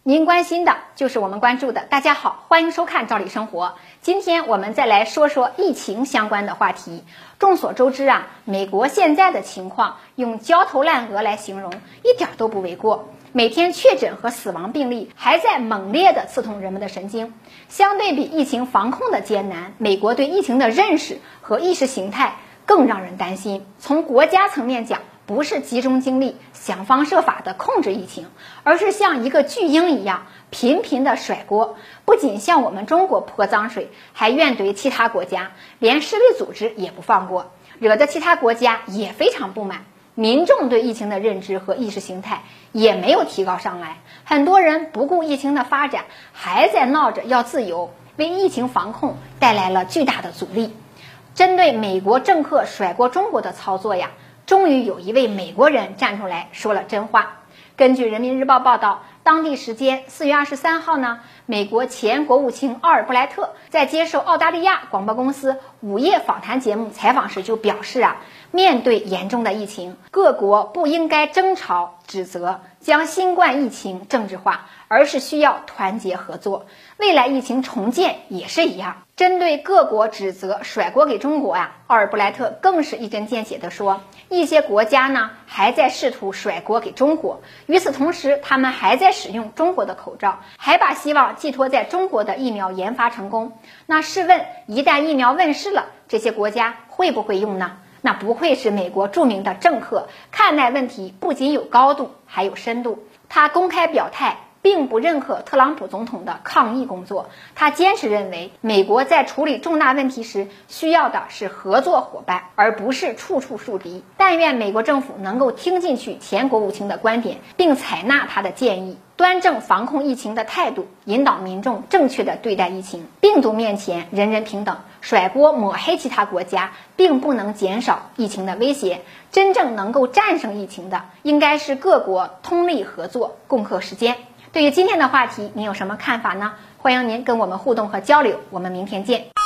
您关心的就是我们关注的。大家好，欢迎收看赵理生活。今天我们再来说说疫情相关的话题。众所周知啊，美国现在的情况用焦头烂额来形容一点都不为过。每天确诊和死亡病例还在猛烈地刺痛人们的神经。相对比疫情防控的艰难，美国对疫情的认识和意识形态更让人担心。从国家层面讲，不是集中精力想方设法地控制疫情，而是像一个巨婴一样频频地甩锅，不仅向我们中国泼脏水，还怨怼其他国家，连世卫组织也不放过，惹得其他国家也非常不满。民众对疫情的认知和意识形态也没有提高上来，很多人不顾疫情的发展，还在闹着要自由，为疫情防控带来了巨大的阻力。针对美国政客甩锅中国的操作呀，终于有一位美国人站出来说了真话。根据人民日报报道，当地时间4月23号呢，美国前国务卿奥尔布莱特在接受澳大利亚广播公司午夜访谈节目采访时就表示啊，面对严重的疫情，各国不应该争吵指责，将新冠疫情政治化，而是需要团结合作。未来疫情重建也是一样。针对各国指责甩锅给中国啊，奥尔布莱特更是一针见血地说，一些国家呢还在试图甩锅给中国，与此同时他们还在使用中国的口罩，还把希望寄托在中国的疫苗研发成功。那试问，一旦疫苗问世了，这些国家会不会用呢？那不愧是美国著名的政客，看待问题不仅有高度，还有深度。他公开表态并不认可特朗普总统的抗疫工作，他坚持认为美国在处理重大问题时需要的是合作伙伴，而不是处处树敌。但愿美国政府能够听进去前国务卿的观点，并采纳他的建议，端正防控疫情的态度，引导民众正确的对待疫情。病毒面前人人平等，甩锅抹黑其他国家并不能减少疫情的威胁。真正能够战胜疫情的，应该是各国通力合作，共克时艰。对于今天的话题，您有什么看法呢？欢迎您跟我们互动和交流，我们明天见。